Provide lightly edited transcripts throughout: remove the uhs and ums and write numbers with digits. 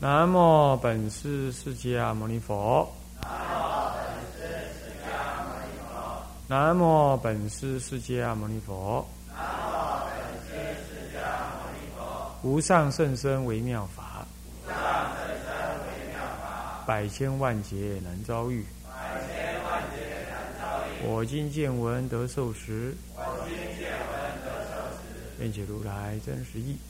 南无本师释迦牟尼佛。南无本师释迦牟尼佛。无上甚深微妙法，百千万劫难遭遇。我今见闻得受持，愿解如来真实义。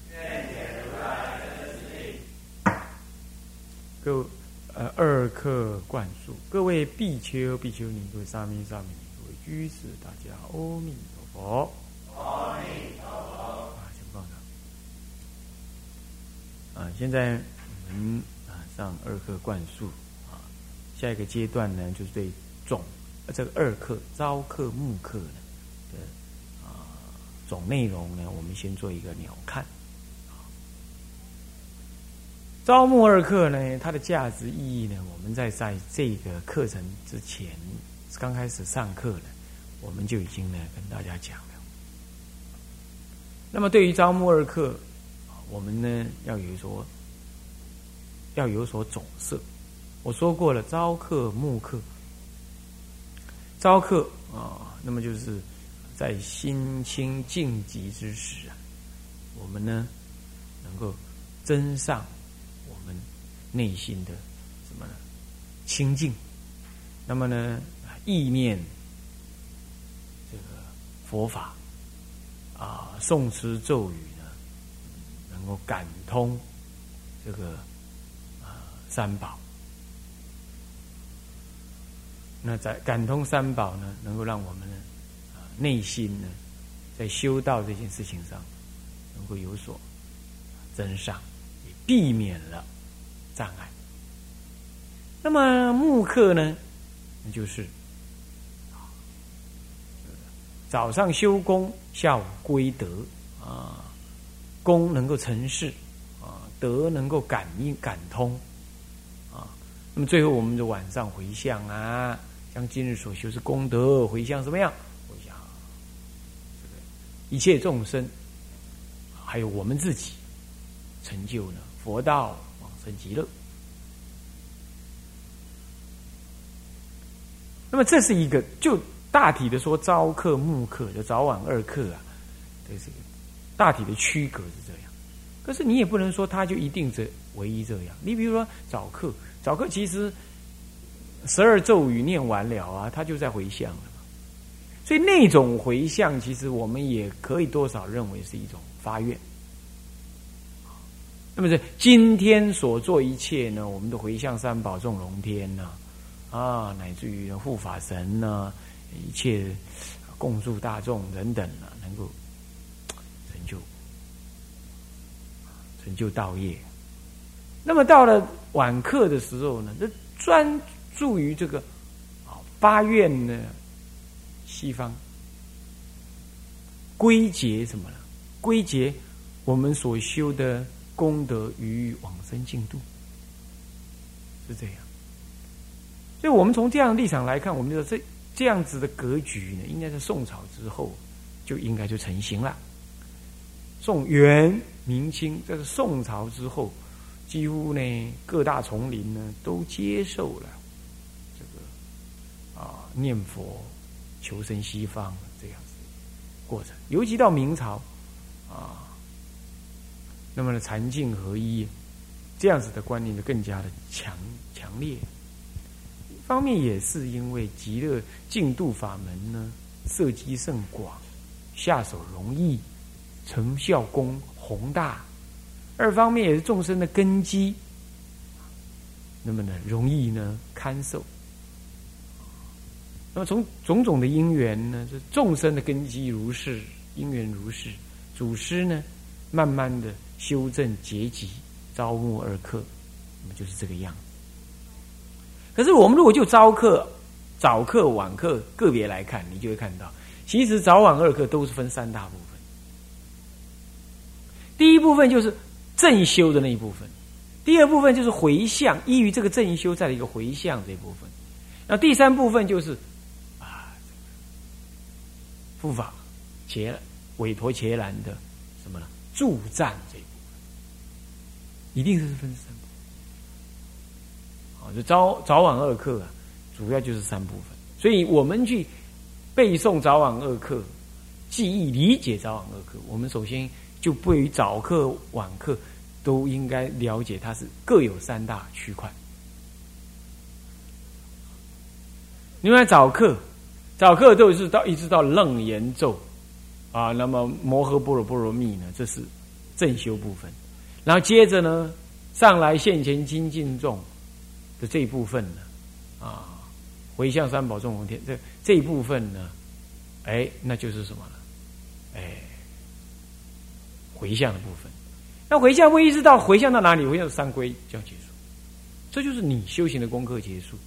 二课灌输，各位比丘、比丘尼，各位沙弥、沙弥尼，各位居士，大家阿弥陀佛。阿弥陀佛。请放上。现在我们上二课灌输下一个阶段呢，就是对这个二课招课、慕课呢的总内容呢，我们先做一个鸟瞰。招募二课呢，它的价值意义呢，我们在这个课程之前刚开始上课呢，我们就已经呢跟大家讲了。那么对于招募二课，我们呢要有所总摄。我说过了，招课、慕课。招课那么就是在心清净极之时我们呢能够增上我们内心的什么呢？清净。那么呢，意念这个佛法诵持咒语呢，能够感通这个三宝。那在感通三宝呢，能够让我们呢内心呢，在修道这件事情上能够有所增上，也避免了障碍。那么慕课呢，那就是早上修功，下午归德功能够成事德能够感应感通那么最后我们的晚上回向将今日所修是功德回向怎么样？回向这个一切众生，还有我们自己，成就呢佛道往生极乐。那么这是一个就大体的说，招课、慕课就早晚二课这是大体的区隔是这样。可是你也不能说它就一定是唯一这样。你比如说早课其实12咒语念完了它就在回向了嘛。所以那种回向，其实我们也可以多少认为是一种发愿。那么今天所做一切呢，我们的回向三宝、众龙天乃至于护法神一切共助大众等等能够成就道业。那么到了晚课的时候呢，就专注于这个发愿呢，西方归结什么呢？归结我们所修的功德于往生净土，是这样。所以我们从这样的立场来看，我们就说这样子的格局呢，应该在宋朝之后就应该就成型了。宋元明清这个宋朝之后，几乎呢各大丛林呢都接受了这个念佛求生西方这样子的过程。尤其到明朝那么呢禅净合一这样子的观念就更加的强烈。一方面也是因为极乐净土法门呢涉及甚广，下手容易，成效功宏大。二方面也是众生的根基，那么呢容易呢堪受。那么从种种的因缘呢，这众生的根基如是，因缘如是，祖师呢慢慢的修正结集，招募二课，那么就是这个样子。可是我们如果就早课、晚课个别来看，你就会看到，其实早晚二课都是分三大部分。第一部分就是正修的那一部分，第二部分就是回向，依于这个正修再的一个回向这一部分，那第三部分就是护法委托伽蓝的什么呢？助赞这一部分，一定是分三部分。 就早晚二课啊，主要就是三部分。所以我们去背诵早晚二课，记忆理解早晚二课，我们首先就对于早课晚课都应该了解它是各有三大区块。另外早课都是一直到楞严咒啊，那么摩诃般若波罗蜜呢，这是正修部分。然后接着呢，上来现前精进众的这一部分呢，啊，回向三宝众红天这一部分呢，那就是什么呢？回向的部分。那回向会一直到回向到哪里？回向到三归就要结束，这就是你修行的功课结束。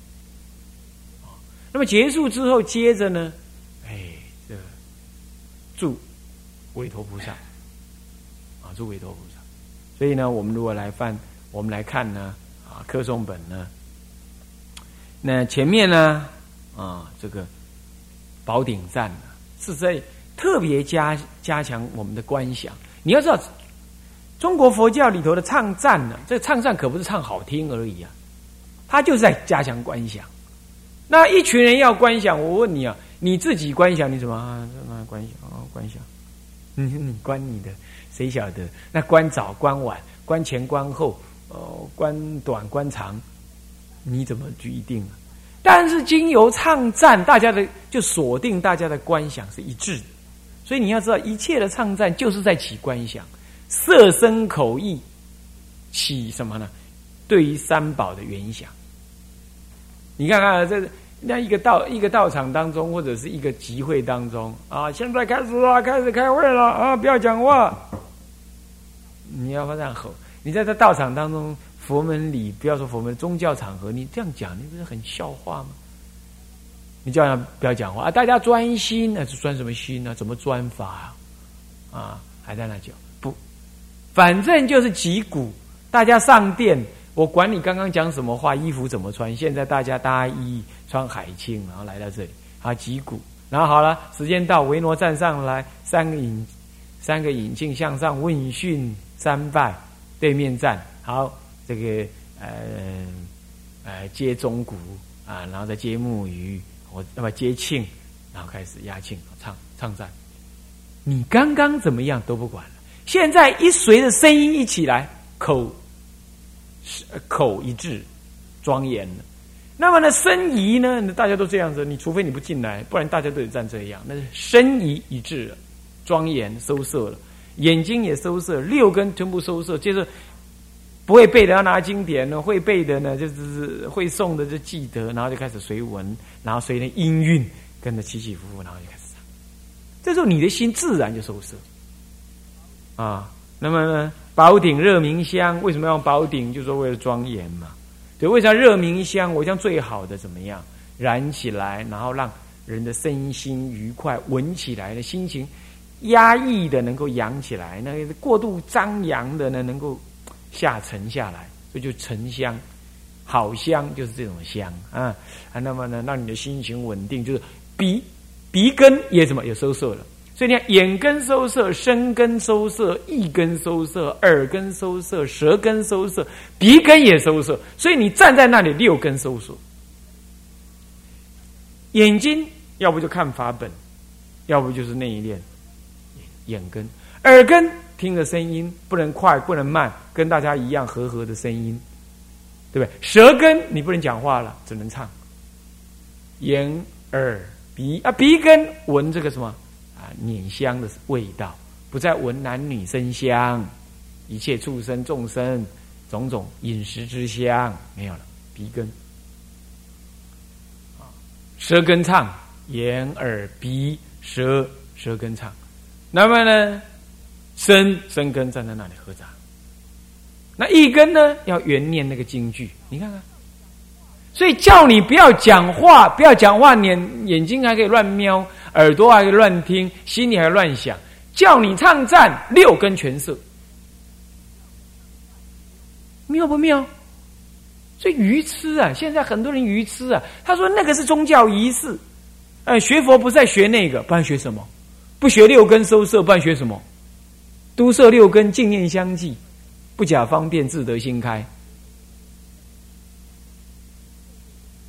那么结束之后，接着呢，这祝韦陀菩萨啊，祝韦陀菩萨。所以呢，我们如果我们来看呢，课诵本呢，那前面呢，这个宝顶赞呢，是在特别加强我们的观想。你要知道，中国佛教里头的唱赞呢，这个唱赞可不是唱好听而已啊，它就是在加强观想。那一群人要观想，我问你啊，你自己观想你怎么观想观想？你观你的，谁晓得？那观早观晚，观前观后，观短观长，你怎么决定啊？但是经由唱赞，大家的就锁定大家的观想是一致的。所以你要知道，一切的唱赞就是在起观想，色声口意起什么呢？对于三宝的原想。你看看这那一个道场当中，或者是一个集会当中啊，现在开始了，开始开会了啊，不要讲话。你要这样吼，你在这道场当中，佛门里不要说佛门宗教场合，你这样讲，你不是很笑话吗？你叫他不要讲话啊，大家专心啊，是专什么心啊？怎么专法啊？还在那讲不，反正就是击鼓，大家上殿。我管你刚刚讲什么话，衣服怎么穿，现在大家大衣穿海青，然后来到这里，击鼓，然后好了，时间到，维罗站上来，三个引镜向上问讯三拜，对面站，好，这个接钟鼓啊，然后再接木鱼，那么接磬，然后开始压磬唱赞。你刚刚怎么样都不管了，现在一随着声音一起来，口一致，庄严了。那么呢，身仪呢，大家都这样子，你除非你不进来，不然大家都得站这样。那是身仪一致了，庄严收摄了，眼睛也收摄，六根全部收摄。接着不会背的要拿经典呢，会背的呢就是会诵的就记得，然后就开始随文，然后随着音韵跟着起起伏伏，然后就开始唱。这时候你的心自然就收摄啊。那么呢，宝顶热明香，为什么要用宝顶？就是为了庄严嘛。对，为啥热明香？我将最好的怎么样燃起来，然后让人的身心愉快，闻起来的心情压抑的能够扬起来，那个过度张扬的呢能够下沉下来，这就沉香。好香就是这种香啊。那么呢，让你的心情稳定，就是鼻根也怎么也收摄了。所以你看，眼根收摄，身根收摄，意根收摄，耳根收摄，舌根收摄，鼻根也收摄。所以你站在那里，六根收摄。眼睛要不就看法本，要不就是内敛，眼根；耳根听着声音，不能快，不能慢，跟大家一样和和的声音，对不对？舌根你不能讲话了，只能唱。眼、耳、鼻鼻根闻这个什么？捻香的味道，不再闻男女生香，一切畜生众生种种饮食之香没有了，鼻根。舌根唱，眼耳鼻舌根唱。那么呢，身根站在那里合掌。那意根呢，要原念那个京剧，你看看。所以叫你不要讲话，不要讲话，眼睛还可以乱瞄，耳朵还可以乱听，心里还乱想。叫你唱赞，六根全摄，妙不妙？所以愚痴啊！现在很多人愚痴啊，他说那个是宗教仪式，学佛不再学那个，不然学什么？不学六根收摄，不然学什么？都摄六根，净念相继，不假方便，自得心开。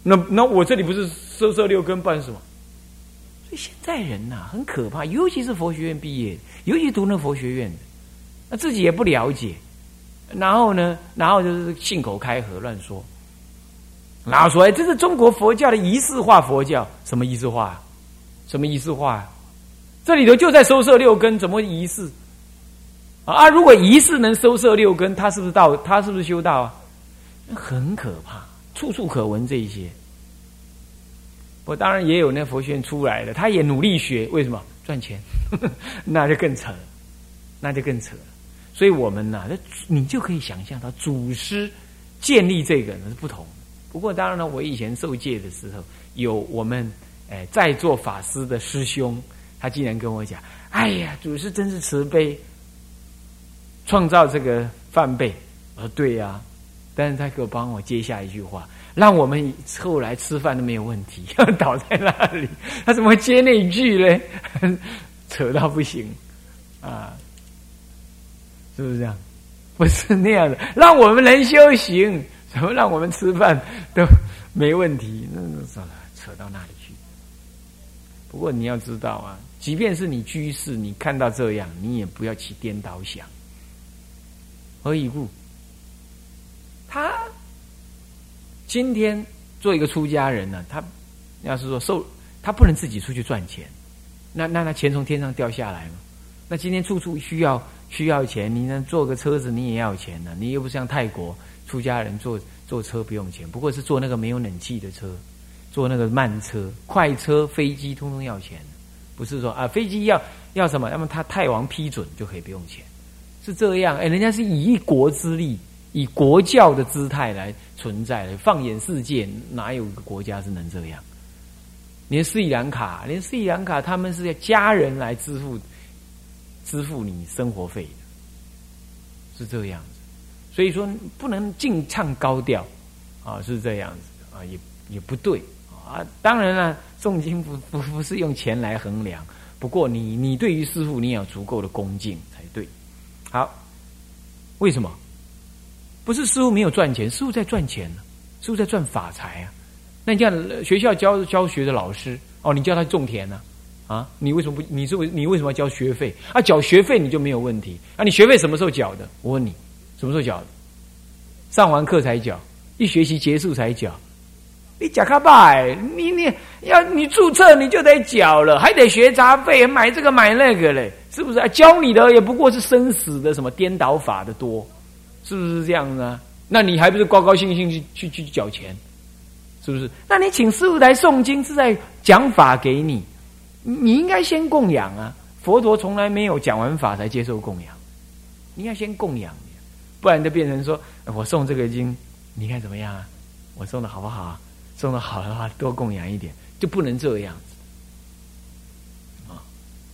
那我这里不是色色六根办什么？所以现在人呐、很可怕，尤其是佛学院毕业，尤其读那佛学院的，那自己也不了解，然后就是信口开河乱说，然后说这是中国佛教的仪式化佛教，什么仪式化？什么仪式化？这里头就在收摄六根，怎么仪式？啊，如果仪式能收摄六根，他是不是修道啊？很可怕，处处可闻这一些。我当然也有那佛学院出来的，他也努力学，为什么？赚钱，那就更扯了，那就更扯了。所以我们呐、你就可以想象到祖师建立这个是不同。不过当然呢，我以前受戒的时候，有我们在做法师的师兄，他竟然跟我讲：“哎呀，祖师真是慈悲，创造这个梵呗。”我说：“对呀、但是他给我帮我接下一句话，让我们后来吃饭都没有问题，要倒在那里。他怎么会接那一句呢？扯到不行啊！是不是这样？不是那样的，让我们能修行，怎么让我们吃饭都没问题？那算了，扯到那里去。不过你要知道啊，即便是你居士，你看到这样，你也不要起颠倒想。何以故？他今天做一个出家人呢、他要是说他不能自己出去赚钱，那钱从天上掉下来吗？那今天处处需要钱，你能坐个车子你也要钱呢、你又不像泰国出家人坐车不用钱，不过是坐那个没有冷气的车，坐那个慢车、快车、飞机，通通要钱，不是说啊飞机要什么，那么他泰王批准就可以不用钱，是这样。人家是以一国之力，以国教的姿态来存在的，放眼世界，哪有一个国家是能这样？连斯里兰卡他们是要家人来支付你生活费的，是这样子。所以说不能净唱高调啊，是这样子啊，也不对啊。当然了，诵经不是用钱来衡量，不过你对于师父你也要足够的恭敬才对。好，为什么？不是师父没有赚钱，师父在赚钱呢，师父在赚法财啊。那你像学校教学的老师哦，你叫他种田呢、啊？你为什么不？你为什么要交学费啊？缴学费你就没有问题啊？你学费什么时候缴的？我问你，什么时候缴的？上完课才缴，一学期结束才缴。你讲卡拜，你注册你就得缴了，还得学杂费，买这个买那个嘞，是不是？啊、教你的也不过是生死的什么颠倒法的多，是不是这样呢？那你还不是高高兴兴去缴钱？是不是？那你请师父来诵经是在讲法给你，你应该先供养啊！佛陀从来没有讲完法才接受供养，你应该先供养，不然就变成说我诵这个经，你看怎么样啊？我诵的好不好啊？诵的好的话，多供养一点，就不能这样子啊，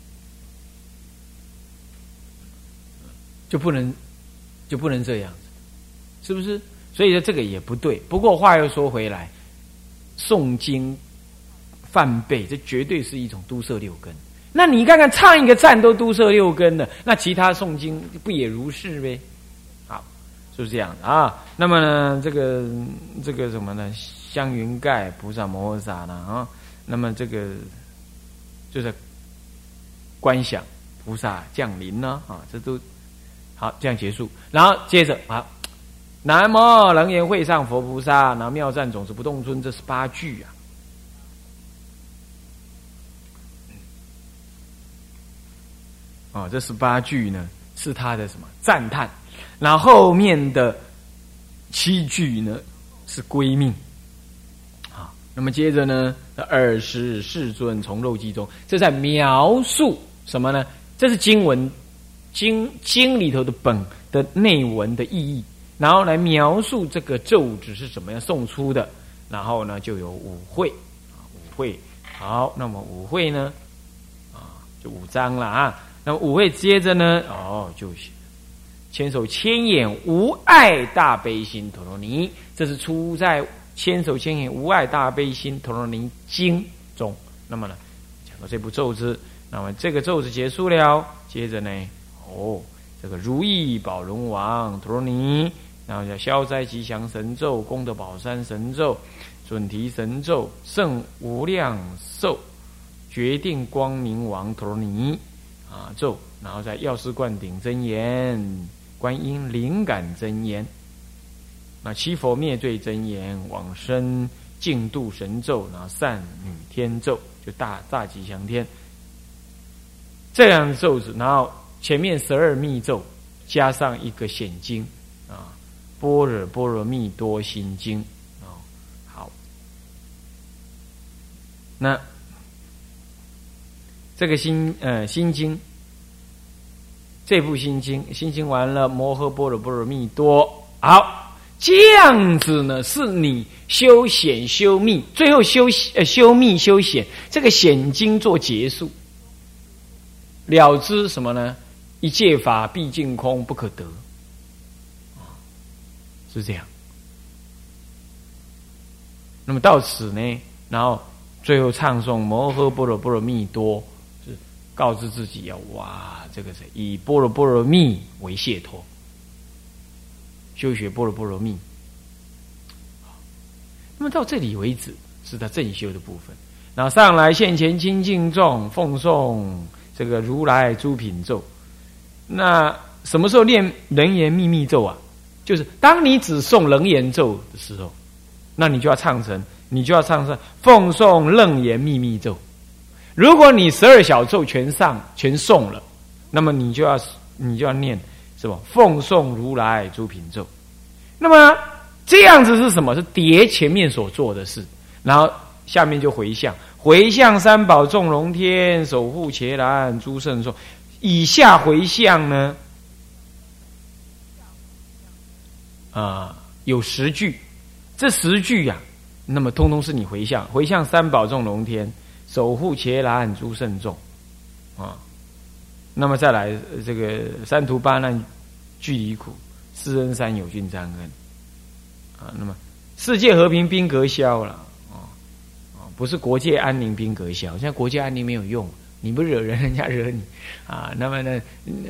就不能这样子，是不是？所以说这个也不对。不过话又说回来，诵经、梵呗，这绝对是一种都摄六根。那你看看唱一个赞都都摄六根了，那其他诵经不也如是呗？好，就是这样的啊。那么呢，这个什么呢？香云盖菩萨摩诃萨呢啊？那么这个就是观想菩萨降临呢啊，这都好，这样结束。然后接着啊。南无楞严会上佛菩萨，南无妙赞种子不动尊，这是8句啊。这18句呢是他的什么赞叹，然后后面的7句呢是归命啊。那么接着呢，20世尊从肉髻中，这在描述什么呢？这是经文经里头的本的内文的意义。然后来描述这个咒旨是怎么样诵出的，然后呢就有五会啊，五会好，那么五会呢啊就5章了啊，那么五会接着呢就千手千眼无碍大悲心陀罗尼，这是出在千手千眼无碍大悲心陀罗尼经中。那么呢讲到这部咒字，那么这个咒字结束了，接着呢这个如意宝轮王陀罗尼。然后叫消灾吉祥神咒、功德宝山神咒、 准提神咒、圣无量寿、决定光明王陀罗尼咒，然后在药师灌顶真言、观音灵感真言、七佛灭罪真言、往生净度神咒，然后善女天咒，就大吉祥天这样的咒子，然后前面12密咒加上一个显经般若波罗蜜多心经好，那这个心经，这部心经完了，摩诃般若波罗蜜多，好，这样子呢，是你修显修密，最后修密修显，这个显经做结束，了知什么呢？一切法毕竟空，不可得，是这样。那么到此呢，然后最后唱诵摩诃般若波罗蜜多，是告知自己这个是以般若波罗蜜为解脱，修学般若波罗蜜。那么到这里为止是他正修的部分，然后上来现前清净众奉诵这个如来诸品咒。那什么时候念楞严秘密咒啊？就是当你只诵楞严咒的时候，那你就要唱成奉诵楞严秘密咒。如果你12小咒全诵了，那么你就要念什么？奉诵如来诸品咒。那么这样子是什么？是叠前面所做的事，然后下面就回向三宝众龙天，守护伽蓝诸圣众。以下回向呢，有10句，这10句那么通通是你回向三宝众龙天，守护伽蓝诸圣众那么再来这个三途八难俱离苦，四恩三有尽沾恩那么世界和平兵革消了不是国界安宁兵革消，现在国界安宁没有用，你不惹人，人家惹你那么呢，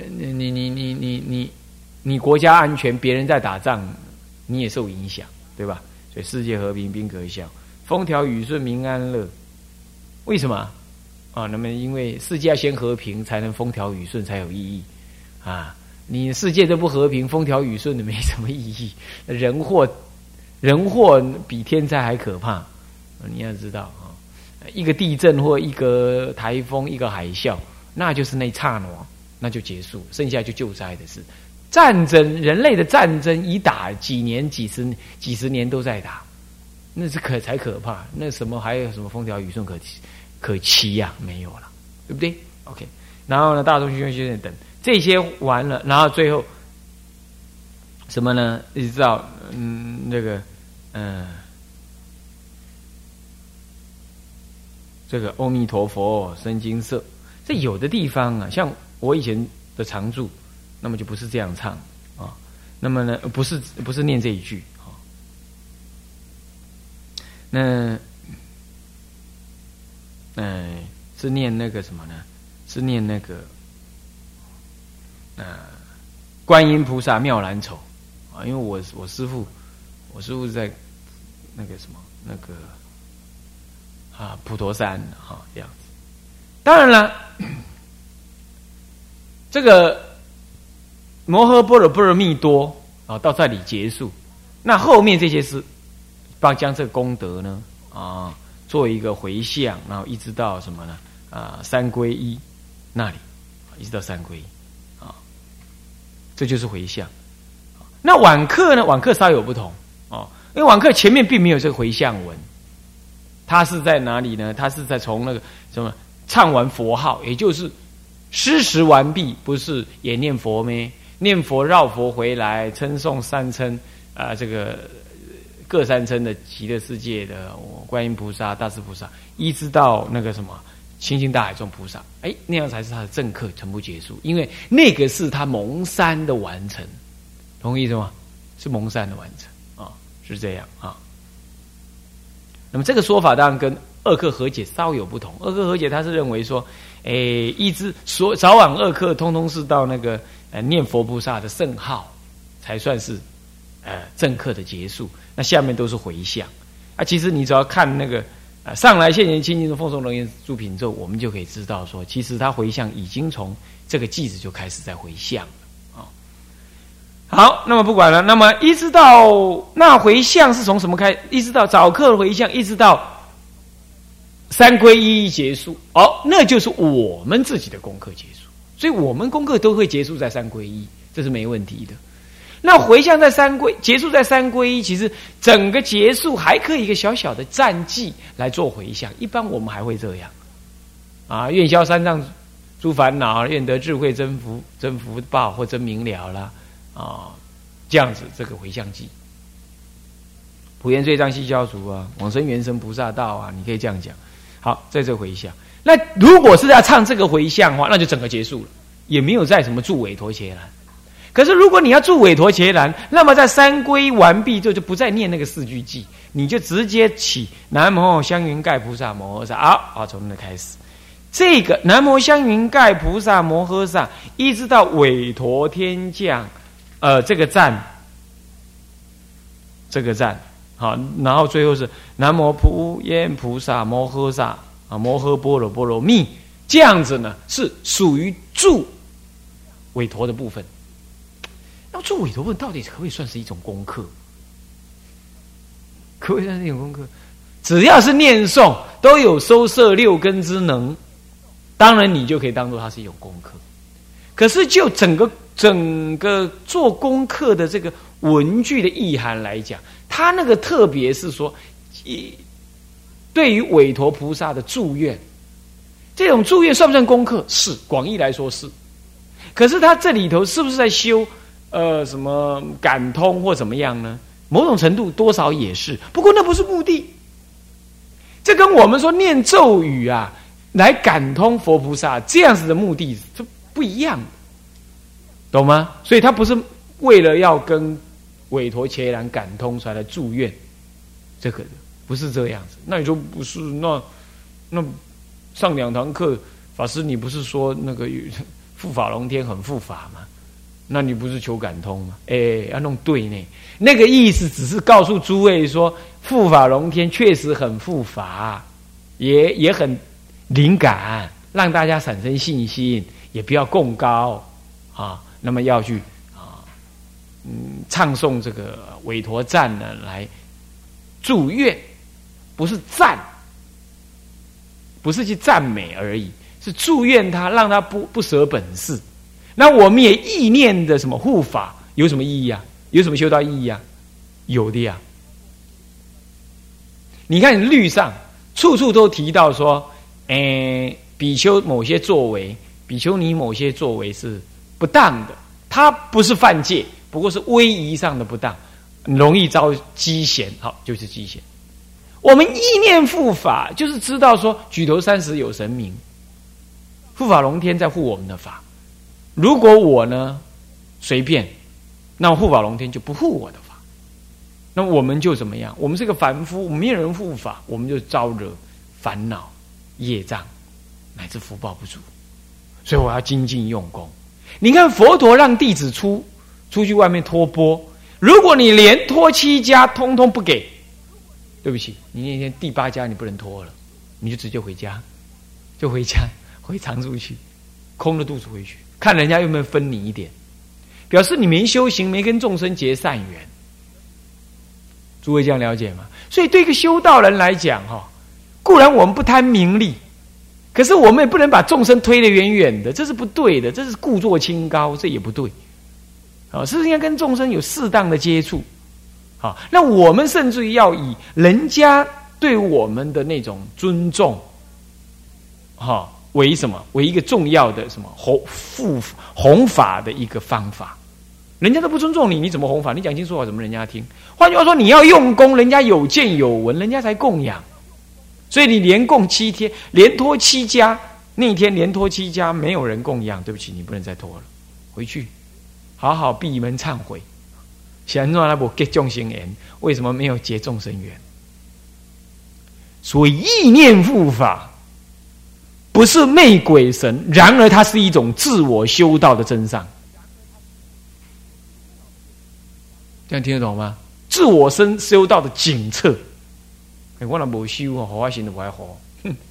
你国家安全，别人在打仗，你也受影响，对吧？所以世界和平兵革消，风调雨顺民安乐。为什么那么因为世界要先和平，才能风调雨顺，才有意义你世界都不和平，风调雨顺的没什么意义，人祸比天灾还可怕。你要知道一个地震或一个台风一个海啸，那就是那刹那那就结束，剩下就救灾的事。战争，人类的战争一打几年几十年都在打，那是才可怕。那什么还有什么风调雨顺可期没有了，对不对 ？OK， 然后呢，大众宣宣等这些完了，然后最后什么呢？一直到这个阿弥陀佛生金色，这有的地方像我以前的常住，那么就不是这样唱那么呢，不是念这一句那是念那个什么呢？是念那个观音菩萨妙兰愁因为我师父是在那个什么那个普陀山这样子。当然了，这个摩诃般若波罗蜜多到这里结束，那后面这些是将这个功德呢做一个回向，然后一直到什么呢三皈依那里，一直到三皈依这就是回向。那晚课呢？晚课稍有不同因为晚课前面并没有这个回向文，它是在哪里呢？它是在从那个什么唱完佛号，也就是施食完毕，不是也念佛咩？念佛绕佛回来，称颂三称这个各三称的极乐世界的观音菩萨、大势菩萨，一直到那个什么清净大海众菩萨，那样才是他的正课全部结束。因为那个是他蒙山的完成，同意思吗？是蒙山的完成是这样那么这个说法当然跟二课和解稍有不同。二课和解他是认为说，一直早晚二课通通是到那个念佛菩萨的圣号才算是正课的结束，那下面都是回向啊，其实你只要看那个上来现前清净的奉送楞严诸品咒，我们就可以知道说，其实它回向已经从这个偈子就开始在回向了啊。好，那么不管了，那么一直到那回向是从什么开？一直到早课回向，一直到三皈依结束，那就是我们自己的功课结束。所以我们功课都会结束在三皈依，这是没问题的。那回向在结束在三皈依，其实整个结束还可以一个小小的赞记来做回向。一般我们还会这样啊，愿消三障诸烦恼，愿得智慧真福报或真明了啦啊，这样子这个回向记。普贤罪障悉消除啊，往生圆生菩萨道啊，你可以这样讲。好，在这回向。那如果是要唱这个回向的话，那就整个结束了，也没有再什么助韦陀伽蓝。可是如果你要助韦陀伽蓝，那么在三皈完毕之后就不再念那个四句偈，你就直接起南无香云盖菩萨摩诃萨。好，从那开始，这个南无香云盖菩萨摩诃萨，一直到韦陀天降，这个赞，好，然后最后是南无普贤菩萨摩诃萨摩诃般若波罗蜜，这样子呢是属于助韦陀的部分。那助韦陀部分到底可不可以算是一种功课？可不可以算是一种功课？只要是念诵，都有收摄六根之能，当然你就可以当作它是一种功课。可是就整个做功课的这个文句的意涵来讲，它那个特别是说，对于韦陀菩萨的祝愿，这种祝愿算不算功课？是，广义来说是。可是它这里头是不是在修什么感通或怎么样呢？某种程度多少也是，不过那不是目的。这跟我们说念咒语啊，来感通佛菩萨这样子的目的是不一样的，懂吗？所以它不是为了要跟韦陀伽蓝感通才来祝愿，这个不是这样子。那你说不是？那上2堂课，法师你不是说那个护法龙天很护法吗？那你不是求感通吗？要弄对呢。那个意思只是告诉诸位说，护法龙天确实很护法，也很灵感，让大家产生信心，也不要供高啊。那么要去唱诵这个韦陀赞呢，来祝愿，不是赞，不是去赞美而已，是祝愿他，让他不舍本事。那我们也意念的什么护法有什么意义啊？有什么修道意义啊？有的呀。你看律上处处都提到说，比丘某些作为，比丘尼某些作为是不当的，他不是犯戒，不过是威仪上的不当，容易遭讥嫌。好，就是讥嫌。我们意念护法，就是知道说举头三尺有神明，护法龙天在护我们的法。如果我呢随便，那护法龙天就不护我的法，那我们就怎么样？我们是个凡夫，我们没有人护法，我们就招惹烦恼、业障，乃至福报不足。所以我要精进用功。你看佛陀让弟子出去外面托钵，如果你连托7家通通不给，对不起，你那天第8家你不能托了，你就直接回家，回常住去，空着肚子回去，看人家有没有分你一点，表示你没修行，没跟众生结善缘。诸位这样了解吗？所以对一个修道人来讲，固然我们不贪名利，可是我们也不能把众生推得远远的，这是不对的，这是故作清高，这也不对。是应该跟众生有适当的接触。好，那我们甚至于要以人家对我们的那种尊重，为什么？为一个重要的什么弘法的一个方法。人家都不尊重你，你怎么弘法？你讲经说法怎么人家听？换句话说，你要用功，人家有见有闻，人家才供养。所以你连供7天，连托7家，那天连托7家没有人供养，对不起，你不能再托了，回去好好闭门忏悔。想让他不结众生缘，为什么没有结众生缘？所以意念护法不是媚鬼神，然而它是一种自我修道的真相。这样听得懂吗？自我修道的警策， 我若无修哦，护法神就不爱护。